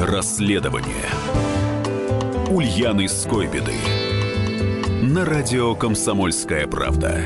Расследование Ульяны Скойбеды на радио «Комсомольская правда».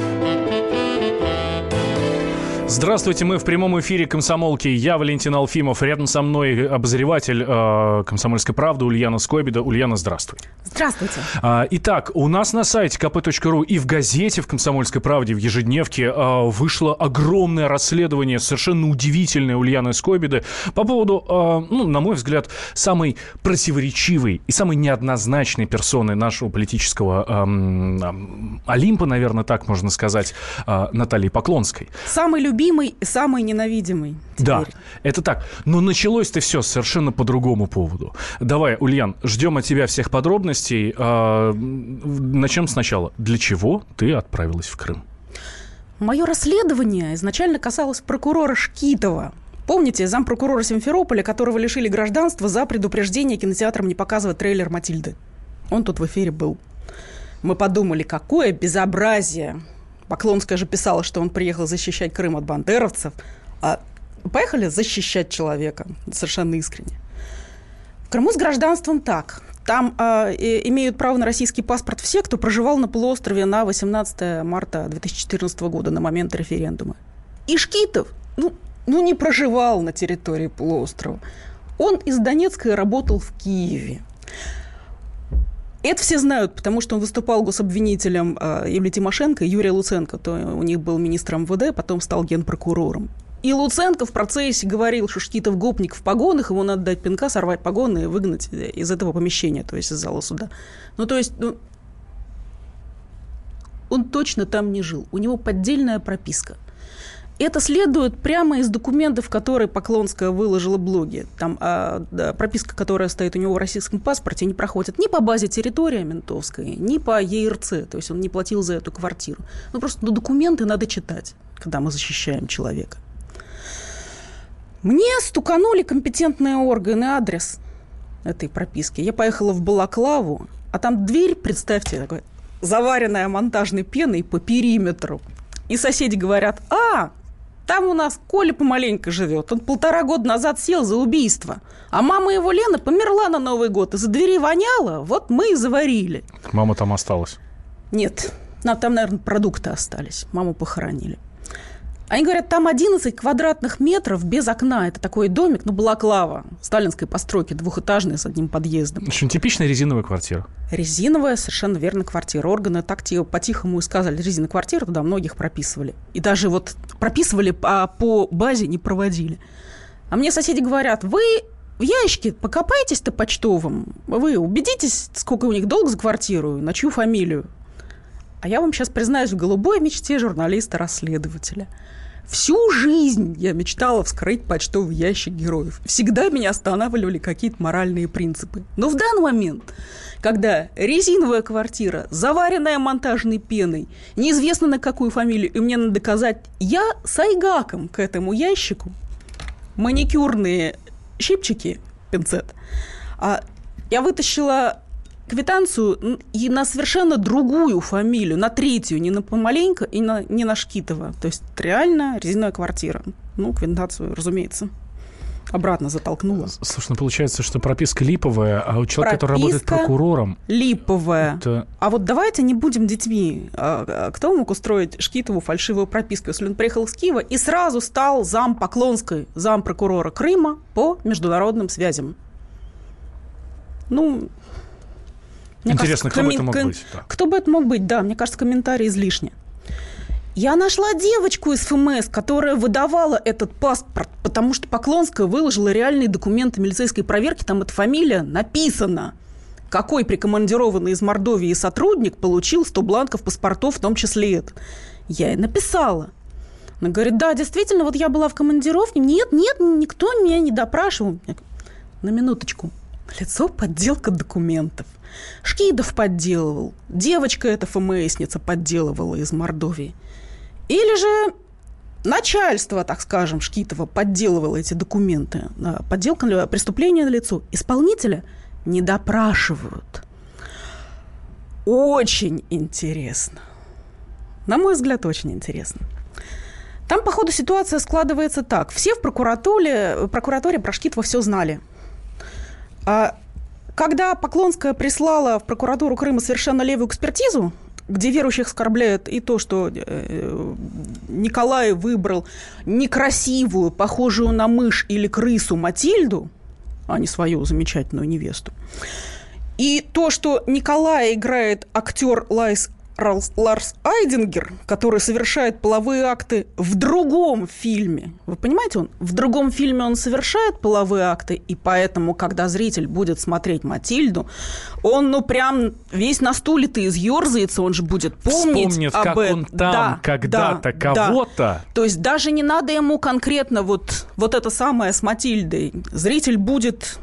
Здравствуйте, мы в прямом эфире «Комсомолки». Я Валентин Алфимов. Рядом со мной обозреватель «Комсомольской правды» Ульяна Скойбеда. Ульяна, здравствуй. Здравствуйте. Итак, у нас на сайте kp.ru и в газете в «Комсомольской правде», в ежедневке вышло огромное расследование, совершенно удивительное Ульяны Скойбеды по поводу, на мой взгляд, самой противоречивой и самой неоднозначной персоны нашего политического Олимпа, наверное, так можно сказать, Натальи Поклонской. Самый любимый и самый ненавидимый. Теперь. Да, это так. Но началось-то все совершенно по другому поводу. Давай, Ульян, ждем от тебя всех подробностей. Начнем сначала. Для чего ты отправилась в Крым? Мое расследование изначально касалось прокурора Шкитова. Помните, зампрокурора Симферополя, которого лишили гражданства за предупреждение кинотеатрам не показывать трейлер «Матильды». Он тут в эфире был. Мы подумали, какое безобразие. Поклонская же писала, что он приехал защищать Крым от бандеровцев. А поехали защищать человека. Совершенно искренне. В Крыму с гражданством так. Там имеют право на российский паспорт все, кто проживал на полуострове на 18 марта 2014 года, на момент референдума. И Шкитов, не проживал на территории полуострова. Он из Донецка и работал в Киеве. Это все знают, потому что он выступал гособвинителем Юлии Тимошенко и Юрия Луценко. То у них был министром МВД, потом стал генпрокурором. И Луценко в процессе говорил, что Шкитов гопник в погонах, ему надо дать пинка, сорвать погоны и выгнать из этого помещения, то есть из зала суда. Он точно там не жил. У него поддельная прописка. Это следует прямо из документов, которые Поклонская выложила в блоге. Там прописка, которая стоит у него в российском паспорте, не проходит ни по базе территория ментовской, ни по ЕРЦ. То есть он не платил за эту квартиру. Просто документы надо читать, когда мы защищаем человека. Мне стуканули компетентные органы адрес этой прописки. Я поехала в Балаклаву, а там дверь, представьте, такая, заваренная монтажной пеной по периметру. И соседи говорят: там у нас Коля помаленько живет. Он 1,5 года назад сел за убийство. А мама его, Лена, померла на Новый год. Из-за двери воняло, вот мы и заварили. Мама там осталась? Нет. Там, наверное, продукты остались. Маму похоронили. Они говорят, там 11 квадратных метров без окна. Это такой домик, Балаклава, сталинской постройки, 2-этажный с одним подъездом. Очень типичная резиновая квартира. Резиновая, совершенно верно, квартира. Органы так по-тихому и сказали, резиновая квартира, туда многих прописывали. И даже прописывали, а по базе не проводили. А мне соседи говорят, вы в ящике покопайтесь-то почтовым, вы убедитесь, сколько у них долг за квартиру, на чью фамилию. А я вам сейчас признаюсь в голубой мечте журналиста-расследователя. Всю жизнь я мечтала вскрыть почтовый ящик героев. Всегда меня останавливали какие-то моральные принципы. Но в данный момент, когда резиновая квартира, заваренная монтажной пеной, неизвестно на какую фамилию, и мне надо доказать, я с айгаком к этому ящику, маникюрные щипчики, пинцет, я вытащила квитанцию и на совершенно другую фамилию, на третью, не на Помаленько и не на Шкитова. То есть реально резиновая квартира. Квитанцию, разумеется, обратно затолкнула. Слушай, получается, что прописка липовая, а у человека, который работает прокурором... липовая. А вот давайте не будем детьми. Кто мог устроить Шкитову фальшивую прописку, если он приехал из Киева и сразу стал зам Поклонской, зам прокурора Крыма по международным связям? Мне интересно, кажется, кто бы это мог быть? Да. Кто бы это мог быть, да. Мне кажется, комментарий излишне. Я нашла девочку из ФМС, которая выдавала этот паспорт, потому что Поклонская выложила реальные документы милицейской проверки. Там эта фамилия написана. Какой прикомандированный из Мордовии сотрудник получил 100 бланков паспортов, в том числе это. Я ей написала. Она говорит, да, действительно, я была в командировке. Нет, никто меня не допрашивал. На минуточку. Лицо подделка документов. Шкитов подделывал. Девочка эта ФМСница подделывала из Мордовии. Или же начальство, так скажем, Шкитова подделывало эти документы. Подделка, преступление налицо. Исполнителя не допрашивают. Очень интересно. На мой взгляд, очень интересно. Там, по ходу, ситуация складывается так. Все в прокуратуре про Шкитова все знали. Когда Поклонская прислала в прокуратуру Крыма совершенно левую экспертизу, где верующих оскорбляет и то, что Николай выбрал некрасивую, похожую на мышь или крысу Матильду, а не свою замечательную невесту, и то, что Николая играет актер Ларс Айдингер, который совершает половые акты в другом фильме. Вы понимаете, в другом фильме он совершает половые акты, и поэтому, когда зритель будет смотреть «Матильду», он, прям весь на стуле-то изъерзается, он же будет помнить Вспомнит, об как этом. он там когда-то кого-то. Да. То есть даже не надо ему конкретно вот это самое с Матильдой. Зритель будет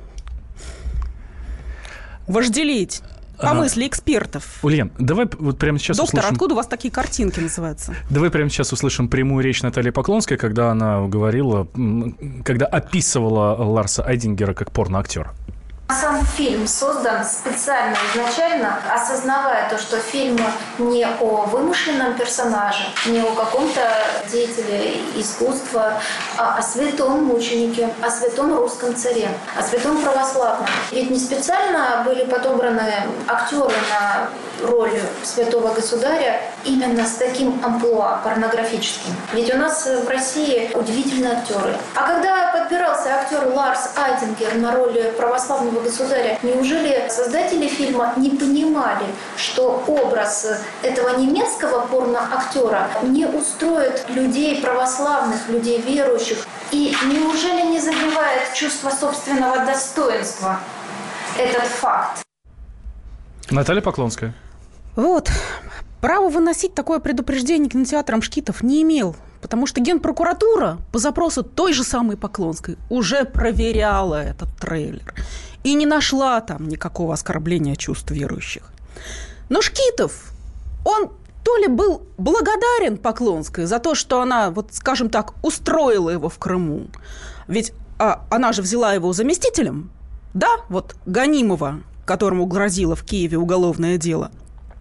вожделеть. По мысли экспертов. Ульян, давай вот прямо сейчас Доктор, услышим... откуда у вас такие картинки называются? Давай прямо сейчас услышим прямую речь Натальи Поклонской, когда она говорила, когда описывала Ларса Айдингера как порноактера. Сам фильм создан специально, изначально, осознавая то, что фильм не о вымышленном персонаже, не о каком-то деятеле искусства, а о святом мученике, о святом русском царе, о святом православном. Ведь не специально были подобраны актеры на роль святого государя именно с таким амплуа порнографическим. Ведь у нас в России удивительные актеры. А когда подбирался актер Ларс Айдингер на роль православного государя, неужели создатели фильма не понимали, что образ этого немецкого порноактера не устроит людей православных, людей верующих? И неужели не задевает чувство собственного достоинства этот факт? Наталья Поклонская. Вот. Право выносить такое предупреждение кинотеатрам Шкитов не имел, потому что Генпрокуратура по запросу той же самой Поклонской уже проверяла этот трейлер и не нашла там никакого оскорбления чувств верующих. Но Шкитов, он то ли был благодарен Поклонской за то, что она, вот скажем так, устроила его в Крыму, ведь она же взяла его заместителем, да, вот Ганимова, которому грозило в Киеве уголовное дело,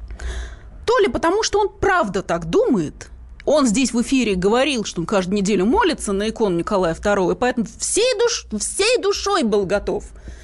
то ли потому, что он правда так думает. Он здесь в эфире говорил, что он каждую неделю молится на икону Николая II, и поэтому всей душой был готов.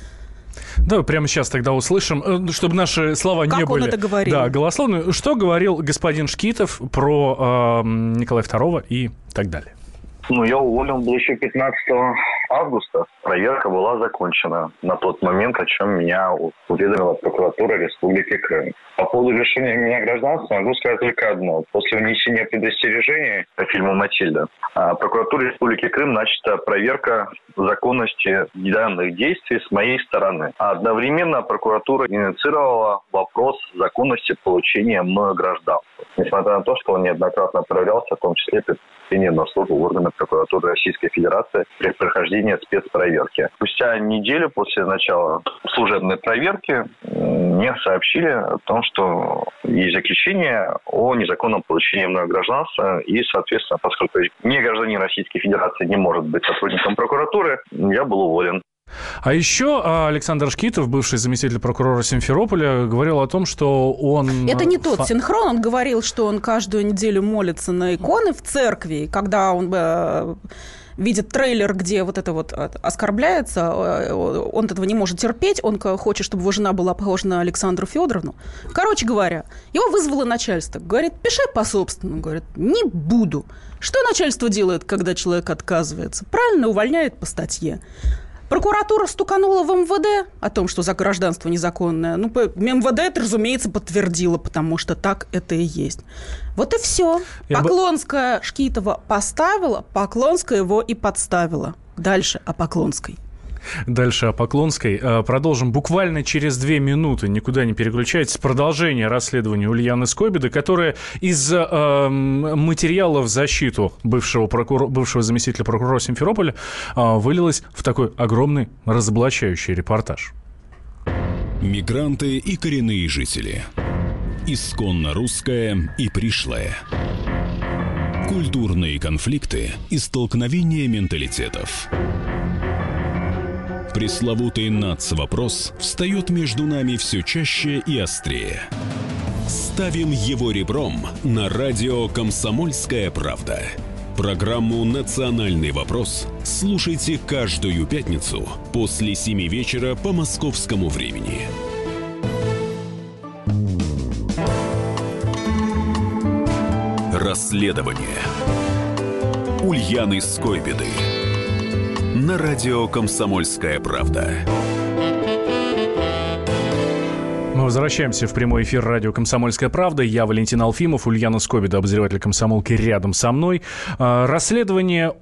Давай прямо сейчас тогда услышим, чтобы наши слова как не были... Как он это говорил? Да, голословные. Что говорил господин Шкитов про Николая II и так далее? Я уволен был еще 15 августа. Проверка была закончена на тот момент, о чем меня уведомила прокуратура Республики Крым. По поводу лишения меня гражданства могу сказать только одно. После внесения предостережения по фильму «Матильда» прокуратурой Республики Крым начата проверка законности данных действий с моей стороны. А одновременно прокуратура инициировала вопрос законности получения мною гражданства. Несмотря на то, что он неоднократно проверялся, в том числе при на службу в органах прокуратуры Российской Федерации при прохождении спецпроверки. Спустя неделю после начала служебной проверки мне сообщили о том, что есть заключение о незаконном получении мною гражданства, и, соответственно, поскольку не гражданин Российской Федерации не может быть сотрудником прокуратуры, я был уволен. А еще Александр Шкитов, бывший заместитель прокурора Симферополя, говорил о том, что он... Это не тот синхрон. Он говорил, что он каждую неделю молится на иконы в церкви. И когда он видит трейлер, где вот это вот оскорбляется, он этого не может терпеть. Он хочет, чтобы его жена была похожа на Александру Федоровну. Короче говоря, его вызвало начальство. Говорит, пиши по-собственному. Говорит, не буду. Что начальство делает, когда человек отказывается? Правильно, увольняет по статье. Прокуратура стуканула в МВД о том, что за гражданство незаконное. МВД это, разумеется, подтвердило, потому что так это и есть. Вот и все. Поклонская Шкитова поставила, Поклонская его и подставила. Дальше о Поклонской. Дальше о Поклонской. Продолжим буквально через 2 минуты. Никуда не переключайтесь. Продолжение расследования Ульяны Скойбеды, которая из материалов в защиту бывшего заместителя прокурора Симферополя вылилась в такой огромный разоблачающий репортаж. Мигранты и коренные жители. Исконно русское и пришлое. Культурные конфликты и столкновения менталитетов. Пресловутый НАЦ-вопрос встает между нами все чаще и острее. Ставим его ребром на радио «Комсомольская правда». Программу «Национальный вопрос» слушайте каждую пятницу после 7 вечера по московскому времени. Расследование Ульяны Скойбеды на радио «Комсомольская правда». Мы возвращаемся в прямой эфир радио «Комсомольская правда». Я Валентин Алфимов, Ульяна Скойбеда, обозреватель «Комсомолки», рядом со мной. Расследование,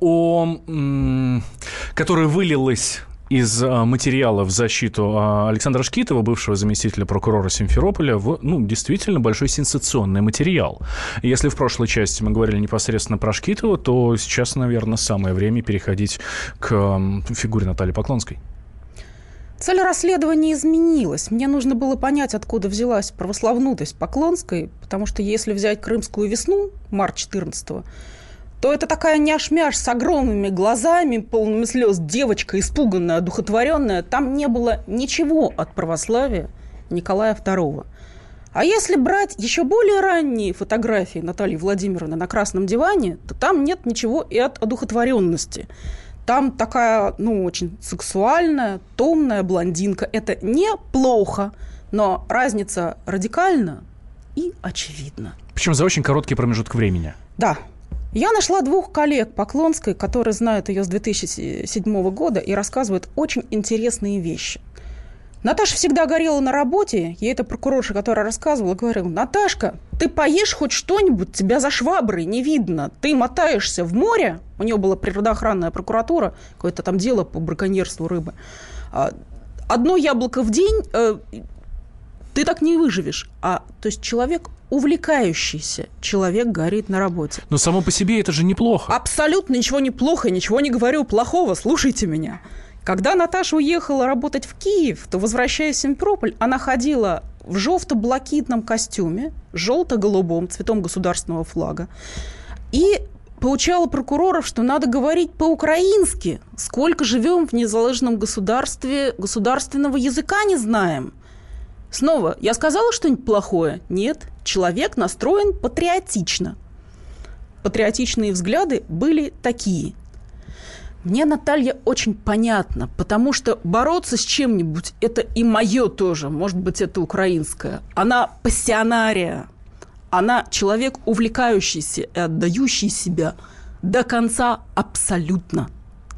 которое вылилось из материала в защиту Александра Шкитова, бывшего заместителя прокурора Симферополя, действительно большой сенсационный материал. Если в прошлой части мы говорили непосредственно про Шкитова, то сейчас, наверное, самое время переходить к фигуре Натальи Поклонской. Цель расследования изменилась. Мне нужно было понять, откуда взялась православнутость Поклонской, потому что если взять Крымскую весну, март 14-го, то это такая няш-мяш с огромными глазами, полными слез, девочка испуганная, одухотворенная. Там не было ничего от православия Николая II. А если брать еще более ранние фотографии Натальи Владимировны на красном диване, то там нет ничего и от одухотворенности. Там такая, очень сексуальная, томная блондинка. Это неплохо, но разница радикальна и очевидна. Причем за очень короткий промежуток времени. Да. Я нашла 2 коллег Поклонской, которые знают ее с 2007 года и рассказывают очень интересные вещи. Наташа всегда горела на работе. Ей эта прокурорша, которая рассказывала, говорила: Наташка, ты поешь хоть что-нибудь, тебя за шваброй не видно. Ты мотаешься в море. У нее была природоохранная прокуратура, какое-то там дело по браконьерству рыбы. Одно яблоко в день, ты так не выживешь. То есть человек увлекающийся, человек горит на работе. Но само по себе это же неплохо. Абсолютно ничего не плохо, ничего не говорю плохого, слушайте меня. Когда Наташа уехала работать в Киев, то, возвращаясь в Симферополь, она ходила в желто-блакитном костюме, желто-голубом, цветом государственного флага, и поучала прокуроров, что надо говорить по-украински. Сколько живем в незалежном государстве, государственного языка не знаем. Снова, я сказала что-нибудь плохое? Нет. Человек настроен патриотично. Патриотичные взгляды были такие. Мне Наталья очень понятна, потому что бороться с чем-нибудь – это и мое тоже, может быть, это украинское. Она пассионария, она человек, увлекающийся и отдающий себя до конца абсолютно.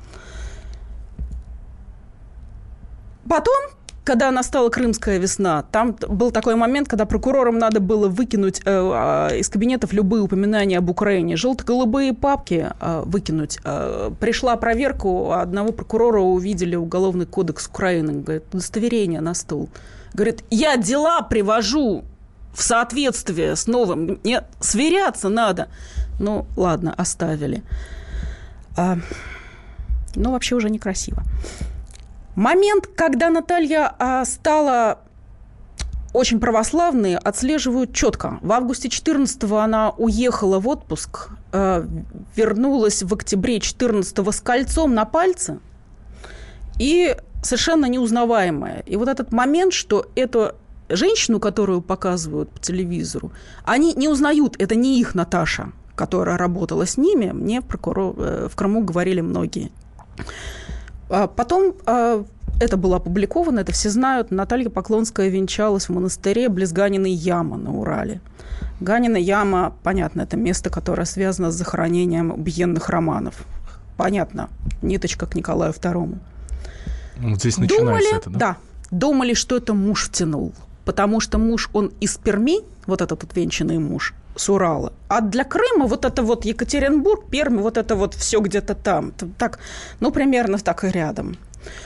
Потом, когда настала Крымская весна, там был такой момент, когда прокурорам надо было выкинуть из кабинетов любые упоминания об Украине. Желто-голубые папки выкинуть. Пришла проверка, у одного прокурора увидели Уголовный кодекс Украины. Говорит, удостоверение на стол. Говорит, я дела привожу в соответствие с новым. Мне сверяться надо. Ну, ладно, оставили. Вообще уже некрасиво. Момент, когда Наталья стала очень православной, отслеживают четко. В августе 14-го она уехала в отпуск, вернулась в октябре 14-го с кольцом на пальце и совершенно неузнаваемая. И вот этот момент, что эту женщину, которую показывают по телевизору, они не узнают, это не их Наташа, которая работала с ними, мне в Крыму говорили многие. Потом это было опубликовано, это все знают. Наталья Поклонская венчалась в монастыре близ Ганиной ямы на Урале. Ганина яма, понятно, это место, которое связано с захоронением убиенных романов. Понятно, ниточка к Николаю II. Вот здесь начинается это, да? Да, думали, что это муж втянул. Потому что муж, он из Перми, вот этот вот венчанный муж, с Урала. А для Крыма вот это вот Екатеринбург, Пермь, вот это вот все где-то там. Так, примерно так и рядом.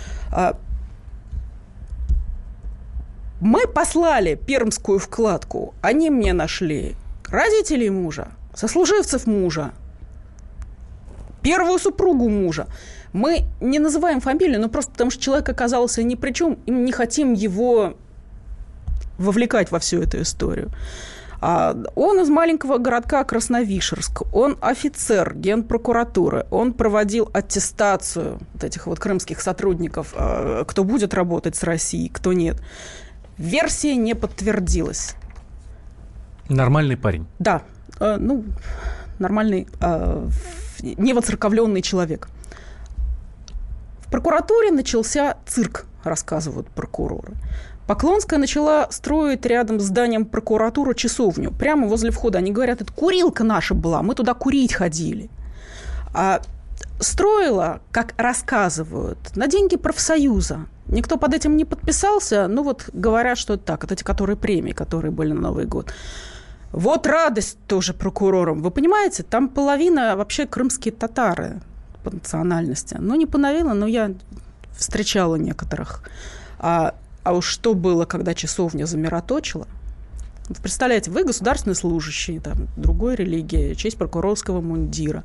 Мы послали пермскую вкладку. Они мне нашли родителей мужа, сослуживцев мужа, первую супругу мужа. Мы не называем фамилию, просто потому что человек оказался ни при чем, и мы не хотим его вовлекать во всю эту историю. Он из маленького городка Красновишерск, он офицер Генпрокуратуры, он проводил аттестацию вот этих вот крымских сотрудников, кто будет работать с Россией, кто нет. Версия не подтвердилась. Нормальный парень. Да, нормальный невоцерковленный человек. В прокуратуре начался цирк, рассказывают прокуроры. Поклонская начала строить рядом с зданием прокуратуры часовню, прямо возле входа. Они говорят, это курилка наша была, мы туда курить ходили. А строила, как рассказывают, на деньги профсоюза. Никто под этим не подписался, ну вот говорят, что это так. Это те, которые премии, которые были на Новый год. Вот радость тоже прокурорам. Вы понимаете, там половина вообще крымские татары по национальности. Ну, не половина, но я встречала некоторых. А уж что было, когда часовня замироточила? Представляете, вы государственный служащий, там, другой религии, честь прокурорского мундира.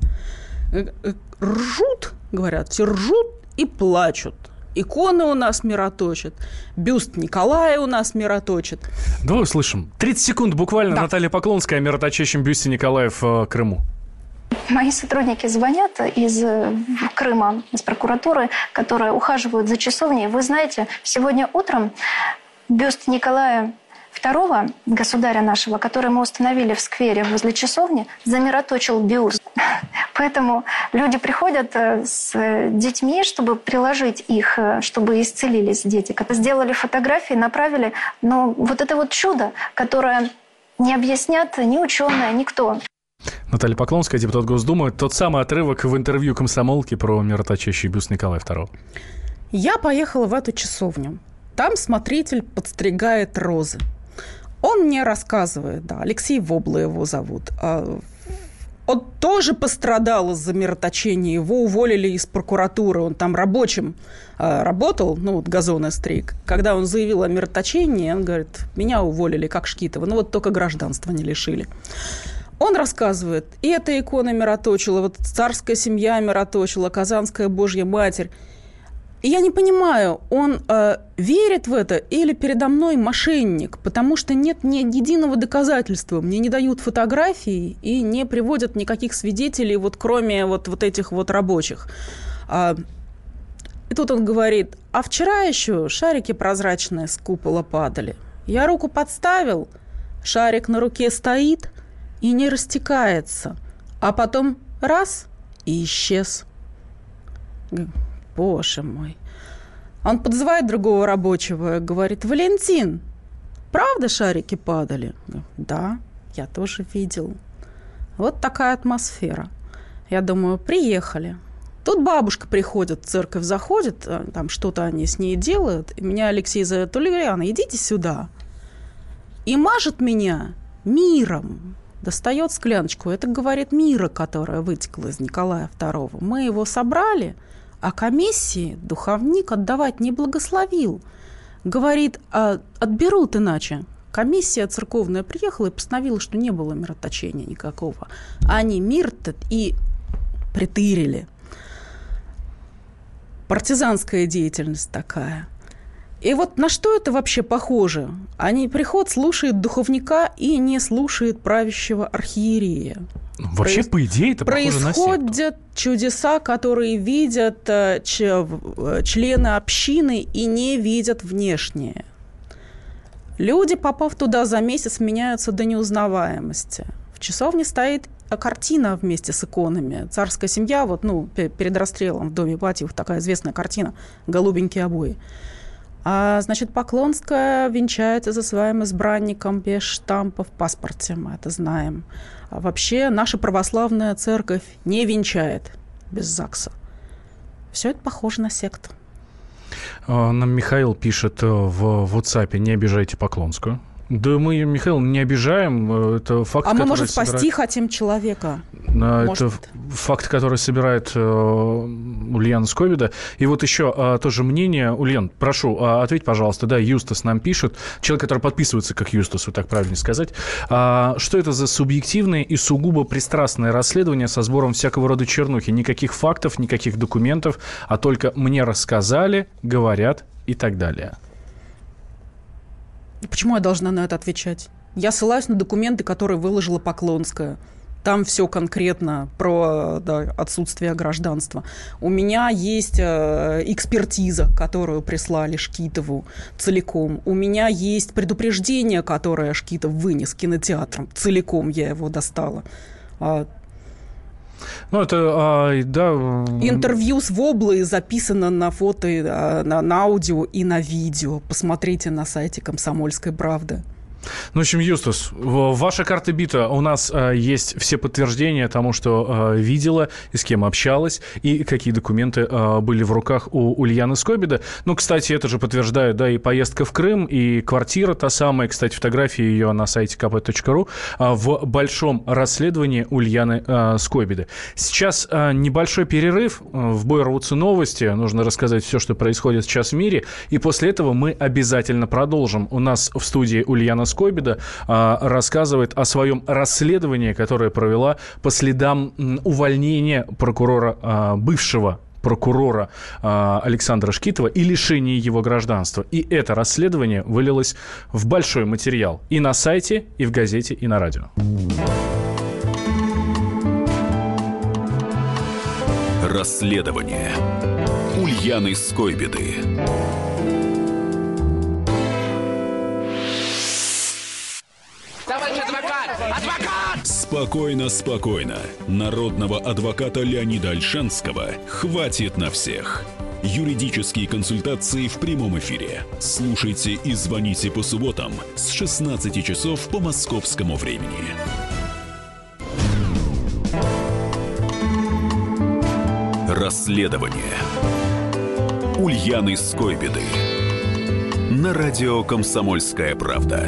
Ржут, говорят, все ржут и плачут. Иконы у нас мироточат, бюст Николая у нас мироточит. Давай услышим. 30 секунд буквально. Да. Наталья Поклонская о мироточащем бюсте Николая в Крыму. Мои сотрудники звонят из Крыма, из прокуратуры, которые ухаживают за часовней. Вы знаете, сегодня утром бюст Николая II, государя нашего, который мы установили в сквере возле часовни, замироточил бюст. Поэтому люди приходят с детьми, чтобы приложить их, чтобы исцелились дети. Сделали фотографии, направили. Но вот это вот чудо, которое не объяснят ни ученые, никто. Наталья Поклонская, депутат Госдумы. Тот самый отрывок в интервью «Комсомолки» про мироточащий бюст Николая II. Я поехала в эту часовню. Там смотритель подстригает розы. Он мне рассказывает, да, Алексей Вобла его зовут. Он тоже пострадал из-за мироточения. Его уволили из прокуратуры. Он там рабочим работал, ну, вот газоностриг. Когда он заявил о мироточении, он говорит, меня уволили, как Шкитова. Ну, вот только гражданства не лишили. Он рассказывает, и эта икона мироточила, вот царская семья мироточила, Казанская Божья Матерь. И я не понимаю, он верит в это или передо мной мошенник, потому что нет ни единого доказательства. Мне не дают фотографии и не приводят никаких свидетелей, вот, кроме вот этих вот рабочих. И тут он говорит, а вчера еще шарики прозрачные с купола падали. Я руку подставил, шарик на руке стоит и не растекается, а потом раз и исчез. Боже мой. Он подзывает другого рабочего и говорит, Валентин, правда шарики падали? Да, я тоже видел. Вот такая атмосфера. Я думаю, приехали. Тут бабушка приходит, в церковь заходит, там что-то они с ней делают. И меня Алексей зовет, Ульяна, идите сюда. И мажет меня миром. Достает скляночку. Это, говорит, мира, которая вытекла из Николая II. Мы его собрали, а комиссии духовник отдавать не благословил. Говорит, отберут иначе. Комиссия церковная приехала и постановила, что не было мироточения никакого. Они мир-то и притырили. Партизанская деятельность такая. И вот на что это вообще похоже? Они приход слушает духовника и не слушает правящего архиерея. Вообще, по идее, это похоже на секту. Происходят чудеса, которые видят члены общины и не видят внешние. Люди, попав туда за месяц, меняются до неузнаваемости. В часовне стоит картина вместе с иконами. Царская семья, перед расстрелом в доме Ипатьевых, такая известная картина, голубенькие обои. А, значит, Поклонская венчается за своим избранником без штампа в паспорте, мы это знаем. А вообще наша православная церковь не венчает без ЗАГСа. Все это похоже на секту. Нам Михаил пишет в WhatsApp, не обижайте Поклонскую. Да мы, Михаил, не обижаем. Это факт, мы, может, спасти хотим человека. Это факт, который собирает Ульяна Скобида. И вот еще тоже мнение. Ульян, прошу, ответь, пожалуйста. Да, Юстас нам пишет. Человек, который подписывается как Юстас, вот так правильно сказать. Что это за субъективное и сугубо пристрастное расследование со сбором всякого рода чернухи? Никаких фактов, никаких документов, а только мне рассказали, говорят и так далее. Почему я должна на это отвечать? Я ссылаюсь на документы, которые выложила Поклонская. Там все конкретно про отсутствие гражданства. У меня есть экспертиза, которую прислали Шкитову целиком. У меня есть предупреждение, которое Шкитов вынес кинотеатром. Целиком я его достала. Ну, это, да... Интервью с Воблой записано на фото, на аудио и на видео. Посмотрите на сайте «Комсомольской правды». Ну, в общем, Юстас, ваша карта бита. У нас есть все подтверждения тому, что видела и с кем общалась, и какие документы были в руках у Ульяны Скобида. Ну, кстати, это же подтверждают, да, и поездка в Крым, и квартира та самая, kстати, фотографии ее на сайте kp.ru в большом расследовании Ульяны Скобиды. Сейчас небольшой перерыв, в бой рвутся новости, нужно рассказать все, что происходит сейчас в мире, и после этого мы обязательно продолжим. У нас в студии Ульяна Скобида рассказывает о своем расследовании, которое провела по следам увольнения бывшего прокурора Александра Шкитова и лишения его гражданства. И это расследование вылилось в большой материал и на сайте, и в газете, и на радио. Расследование Ульяны Скобиды. Спокойно, спокойно. Народного адвоката Леонида Ольшанского хватит на всех. Юридические консультации в прямом эфире. Слушайте и звоните по субботам с 16 часов по московскому времени. Расследование Ульяны Скобиды на радио «Комсомольская правда».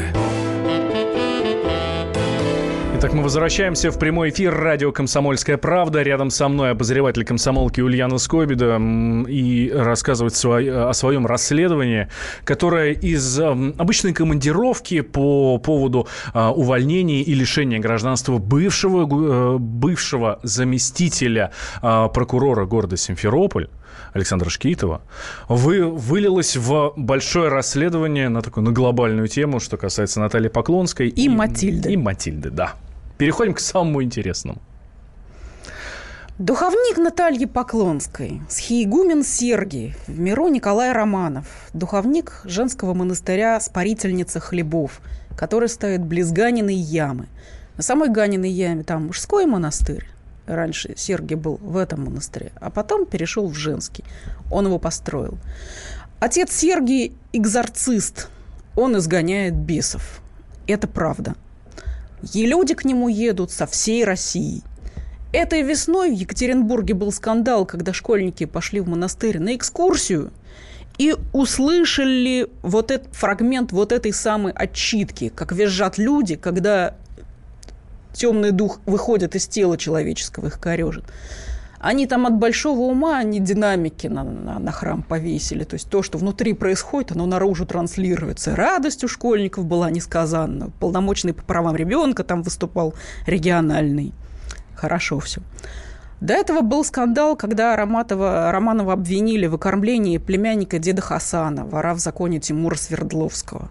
Итак, мы возвращаемся в прямой эфир радио «Комсомольская правда». Рядом со мной обозреватель комсомолки Ульяна Скобида и рассказывает о своем расследовании, которое из обычной командировки по поводу увольнения и лишения гражданства бывшего заместителя прокурора города Симферополь Александра Шкитова вылилось в большое расследование на глобальную тему, что касается Натальи Поклонской. И Матильды. И Матильды, да. Переходим к самому интересному. Духовник Натальи Поклонской, схиегумен Сергий, в миру Николай Романов, духовник женского монастыря Спарительница Хлебов, который стоит близ Ганиной ямы. На самой Ганиной яме там мужской монастырь. Раньше Сергий был в этом монастыре, а потом перешел в женский. Он его построил. Отец Сергий – экзорцист. Он изгоняет бесов. Это правда. И люди к нему едут со всей России. Этой весной в Екатеринбурге был скандал, когда школьники пошли в монастырь на экскурсию и услышали вот этот фрагмент вот этой самой отчитки, как визжат люди, когда темный дух выходит из тела человеческого, их корежит. Они там от большого ума, они динамики на храм повесили. То есть то, что внутри происходит, оно наружу транслируется. Радость у школьников была несказанна. Полномочный по правам ребенка там выступал региональный. Хорошо все. До этого был скандал, когда Романова обвинили в окормлении племянника деда Хасана, вора в законе Тимура Свердловского.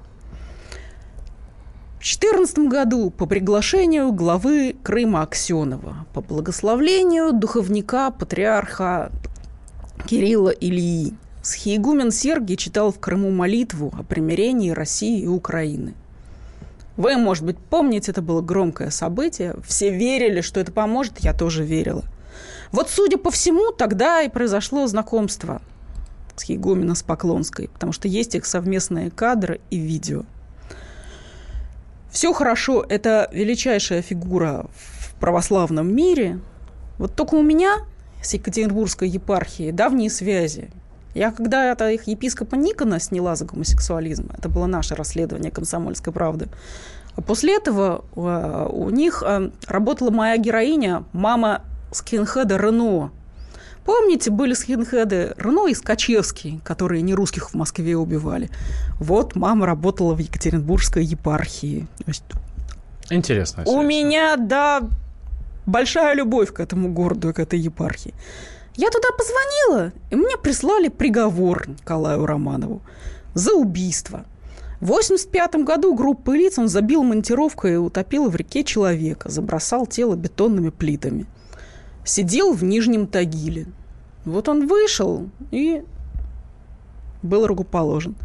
В 2014 году по приглашению главы Крыма Аксенова, по благословлению духовника патриарха Кирилла Ильи, схиегумен Сергий читал в Крыму молитву о примирении России и Украины. Вы, может быть, помните, это было громкое событие. Все верили, что это поможет, я тоже верила. Вот, судя по всему, тогда и произошло знакомство схиегумена с Поклонской, потому что есть их совместные кадры и видео. Все хорошо, это величайшая фигура в православном мире. Вот только у меня с Екатеринбургской епархией давние связи. Я когда-то их епископа Никона сняла за гомосексуализм. Это было наше расследование «Комсомольской правды». А после этого у них работала моя героиня, мама скинхеда Рено. Помните, были скинхеды Рено и Скачевский, которые не русских в Москве убивали? Вот мама работала в Екатеринбургской епархии. Интересно. У меня, да, большая любовь к этому городу и к этой епархии. Я туда позвонила, и мне прислали приговор Николаю Романову за убийство. В 1985 году группой лиц он забил монтировкой и утопил в реке человека, забросал тело бетонными плитами. Сидел в Нижнем Тагиле. Вот он вышел и был рукоположен.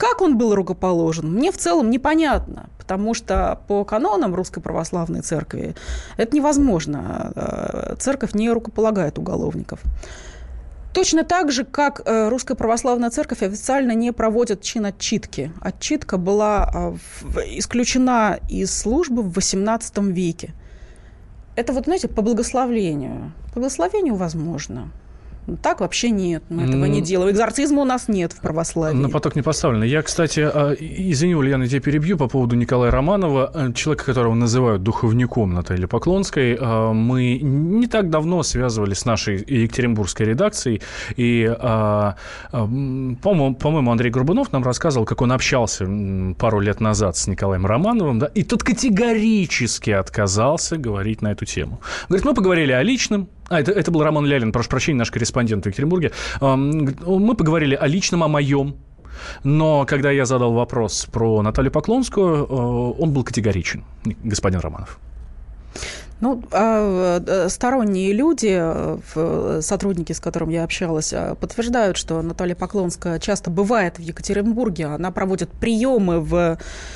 Как он был рукоположен, мне в целом непонятно, потому что по канонам Русской Православной Церкви это невозможно. Церковь не рукополагает уголовников. Точно так же, как Русская Православная Церковь официально не проводит чин отчитки. Отчитка была исключена из службы в XVIII веке. Это вот, знаете, по благословению. По благословению возможно. Так вообще нет, мы этого не делаем. Экзорцизма у нас нет в православии. На поток не поставлено. Я, кстати, извини, Ульяна, я тебя перебью по поводу Николая Романова, человека, которого называют духовником Натальи Поклонской. Мы не так давно связывались с нашей екатеринбургской редакцией, и, по-моему, Андрей Горбунов нам рассказывал, как он общался пару лет назад с Николаем Романовым, да, и тот категорически отказался говорить на эту тему. Говорит, мы поговорили о личном. Это был Роман Лялин, прошу прощения, наш корреспондент в Екатеринбурге. Мы поговорили о личном, о моем. Но когда я задал вопрос про Наталью Поклонскую, он был категоричен, господин Романов. Ну, сторонние люди, сотрудники, с которыми я общалась, подтверждают, что Наталья Поклонская часто бывает в Екатеринбурге. Она проводит приемы в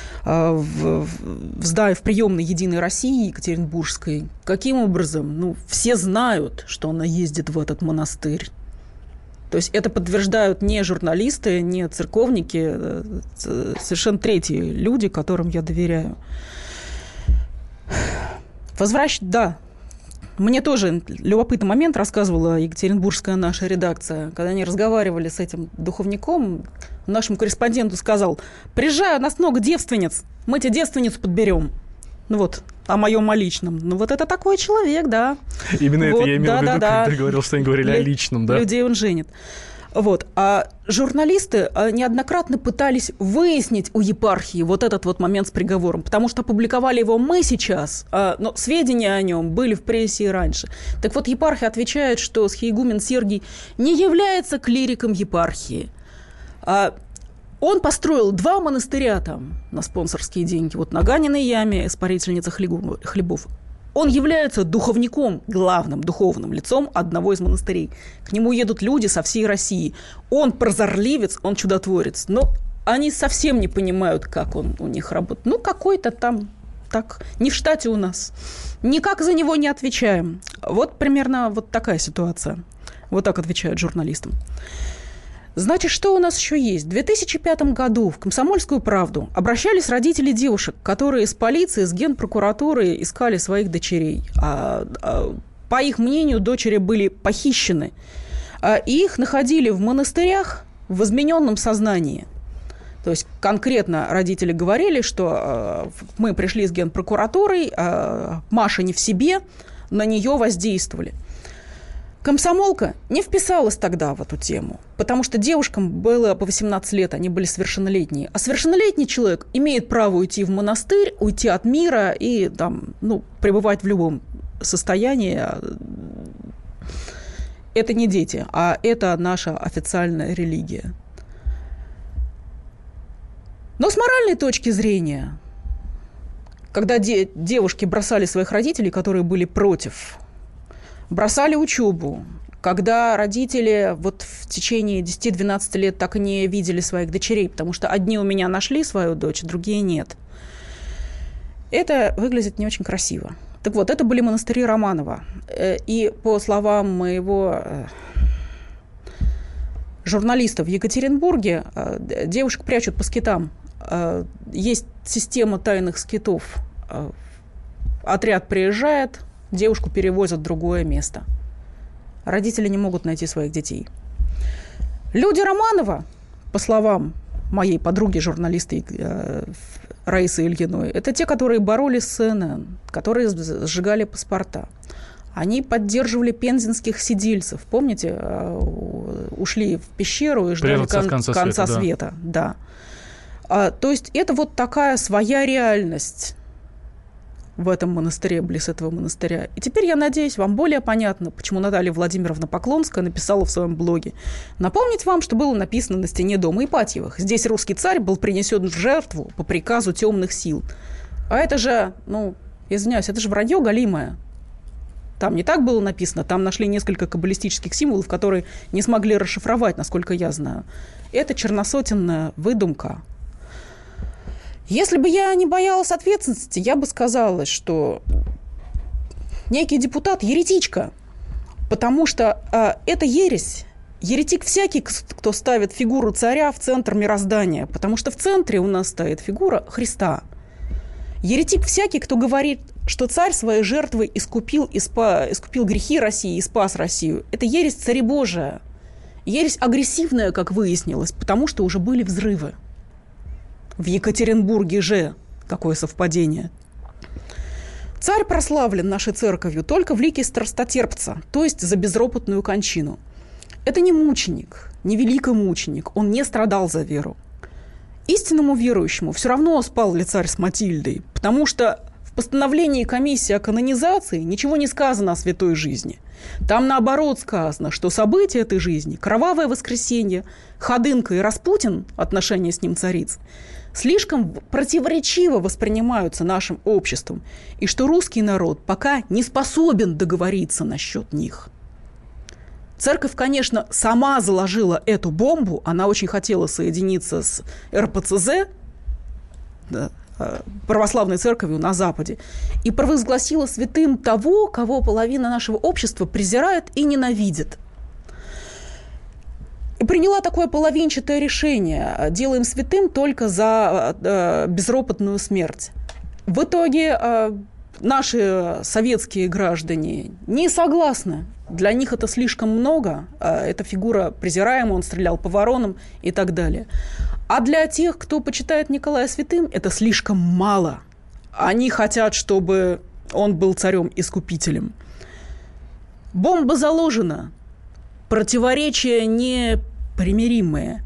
приемной «Единой России» екатеринбургской. Каким образом? Ну, все знают, что она ездит в этот монастырь. То есть это подтверждают не журналисты, не церковники, совершенно третьи люди, которым я доверяю. Да. Мне тоже любопытный момент рассказывала екатеринбургская наша редакция. Когда они разговаривали с этим духовником, нашему корреспонденту сказал: приезжай, у нас много девственниц, мы тебе девственницу подберем. Ну вот, о моем, о личном. Ну вот это такой человек, да. Именно вот, это я имел в виду, когда ты говорил, что они говорили о личном, да. Людей он женит. Вот. А журналисты неоднократно пытались выяснить у епархии вот этот вот момент с приговором, потому что опубликовали его мы сейчас, но сведения о нем были в прессе и раньше. Так вот, епархия отвечает, что схиегумен Сергий не является клириком епархии. Он построил 2 монастыря там на спонсорские деньги. Вот на Ганиной яме, испарительница хлебов. Он является духовником, главным духовным лицом одного из монастырей. К нему едут люди со всей России. Он прозорливец, он чудотворец. Но они совсем не понимают, как он у них работает. Ну, какой-то там, так, не в штате у нас. Никак за него не отвечаем. Вот примерно вот такая ситуация. Вот так отвечают журналистам. Значит, что у нас еще есть? В 2005 году в «Комсомольскую правду» обращались родители девушек, которые с полицией, с генпрокуратурой искали своих дочерей. По их мнению, дочери были похищены. И их находили в монастырях в измененном сознании. То есть конкретно родители говорили, что мы пришли с генпрокуратурой, Маша не в себе, на нее воздействовали. Комсомолка не вписалась тогда в эту тему, потому что девушкам было по 18 лет, они были совершеннолетние. А совершеннолетний человек имеет право уйти в монастырь, уйти от мира и там, пребывать в любом состоянии. Это не дети, а это наша официальная религия. Но с моральной точки зрения, когда девушки бросали своих родителей, которые были против, бросали учебу, когда родители вот в течение 10-12 лет так и не видели своих дочерей, потому что одни у меня нашли свою дочь, другие нет. Это выглядит не очень красиво. Так вот, это были монастыри Романова. И по словам моего журналиста в Екатеринбурге, девушек прячут по скитам. Есть система тайных скитов. Отряд приезжает, девушку перевозят в другое место. Родители не могут найти своих детей. Люди Романова, по словам моей подруги, журналиста Раисы Ильиной, это те, которые боролись с СНН, которые сжигали паспорта. Они поддерживали пензенских сидельцев. Помните, ушли в пещеру и ждали конца света. Да. То есть это вот такая своя реальность в этом монастыре, близ этого монастыря. И теперь, я надеюсь, вам более понятно, почему Наталья Владимировна Поклонская написала в своем блоге. Напомнить вам, что было написано на стене дома Ипатьевых. Здесь русский царь был принесен в жертву по приказу темных сил. А это же, извиняюсь, это же вранье галимое. Там не так было написано, там нашли несколько каббалистических символов, которые не смогли расшифровать, насколько я знаю. Это черносотенная выдумка. Если бы я не боялась ответственности, я бы сказала, что некий депутат – еретичка, потому что это ересь. Еретик всякий, кто ставит фигуру царя в центр мироздания, потому что в центре у нас стоит фигура Христа. Еретик всякий, кто говорит, что царь своей жертвой искупил грехи России и спас Россию. Это ересь царебожия. Ересь агрессивная, как выяснилось, потому что уже были взрывы. В Екатеринбурге же. Какое совпадение. Царь прославлен нашей церковью только в лике страстотерпца, то есть за безропотную кончину. Это не мученик, не великомученик, он не страдал за веру. Истинному верующему все равно спал ли царь с Матильдой, потому что в постановлении комиссии о канонизации ничего не сказано о святой жизни. Там наоборот сказано, что события этой жизни, кровавое воскресенье, Ходынка и Распутин, отношения с ним цариц, слишком противоречиво воспринимаются нашим обществом, и что русский народ пока не способен договориться насчет них. Церковь, конечно, сама заложила эту бомбу, она очень хотела соединиться с РПЦЗ, да, православной церковью на Западе, и провозгласила святым того, кого половина нашего общества презирает и ненавидит. И приняла такое половинчатое решение. Делаем святым только за безропотную смерть. В итоге наши советские граждане не согласны. Для них это слишком много. Эта фигура презираема, он стрелял по воронам и так далее. А для тех, кто почитает Николая святым, это слишком мало. Они хотят, чтобы он был царем-искупителем. Бомба заложена. Противоречия непримиримые.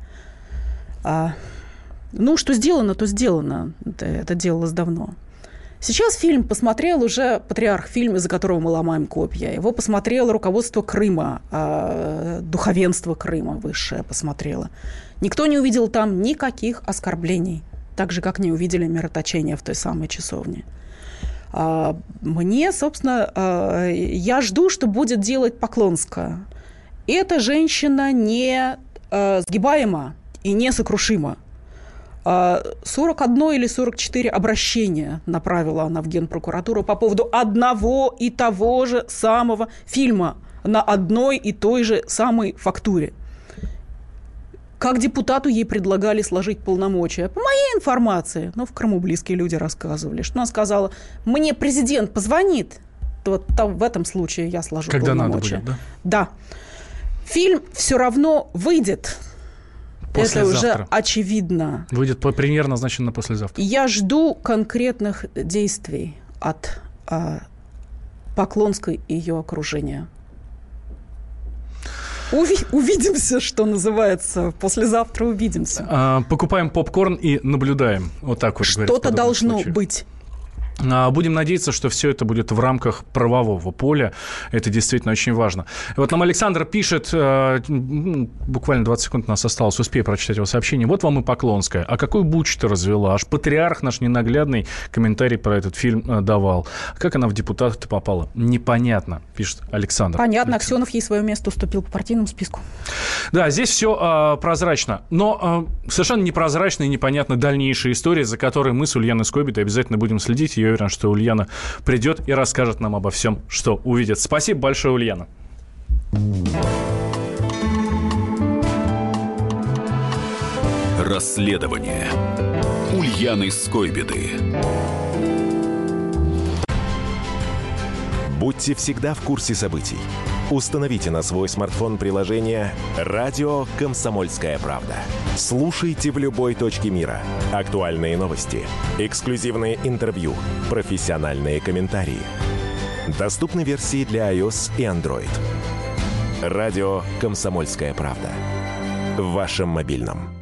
Что сделано, то сделано. Это делалось давно. Сейчас фильм посмотрел уже патриарх, фильм, из-за которого мы ломаем копья. Его посмотрело руководство Крыма, духовенство Крыма высшее посмотрело. Никто не увидел там никаких оскорблений, так же, как не увидели мироточения в той самой часовне. Мне, собственно, я жду, что будет делать Поклонская. Эта женщина не сгибаема и несокрушима. 41 или 44 обращения направила она в Генпрокуратуру по поводу одного и того же самого фильма на одной и той же самой фактуре. Как депутату ей предлагали сложить полномочия. По моей информации, в Крыму близкие люди рассказывали, что она сказала, мне президент позвонит, вот в этом случае я сложу когда полномочия. Надо будет, да? Да. Фильм все равно выйдет. Послезавтра. Это уже очевидно. Выйдет премьер назначен на послезавтра. Я жду конкретных действий от Поклонской и ее окружения. Увидимся, что называется. Послезавтра увидимся. Покупаем попкорн и наблюдаем. Вот так вот говорят. Что-то должно быть. Будем надеяться, что все это будет в рамках правового поля. Это действительно очень важно. Вот нам Александр пишет, буквально 20 секунд у нас осталось, успею прочитать его сообщение. Вот вам и Поклонская. А какой буч ты развела? Аж патриарх наш ненаглядный комментарий про этот фильм давал. Как она в депутаты-то попала? Непонятно, пишет Александр. Понятно, Аксенов ей свое место уступил по партийному списку. Да, здесь все прозрачно. Но совершенно непрозрачно и непонятна дальнейшая история, за которой мы с Ульяной Скобитой обязательно будем следить. Я уверен, что Ульяна придет и расскажет нам обо всем, что увидит. Спасибо большое, Ульяна. Расследование Ульяны Скойбеды. Будьте всегда в курсе событий. Установите на свой смартфон приложение «Радио Комсомольская правда». Слушайте в любой точке мира. Актуальные новости, эксклюзивные интервью, профессиональные комментарии. Доступны версии для iOS и Android. «Радио Комсомольская правда». В вашем мобильном.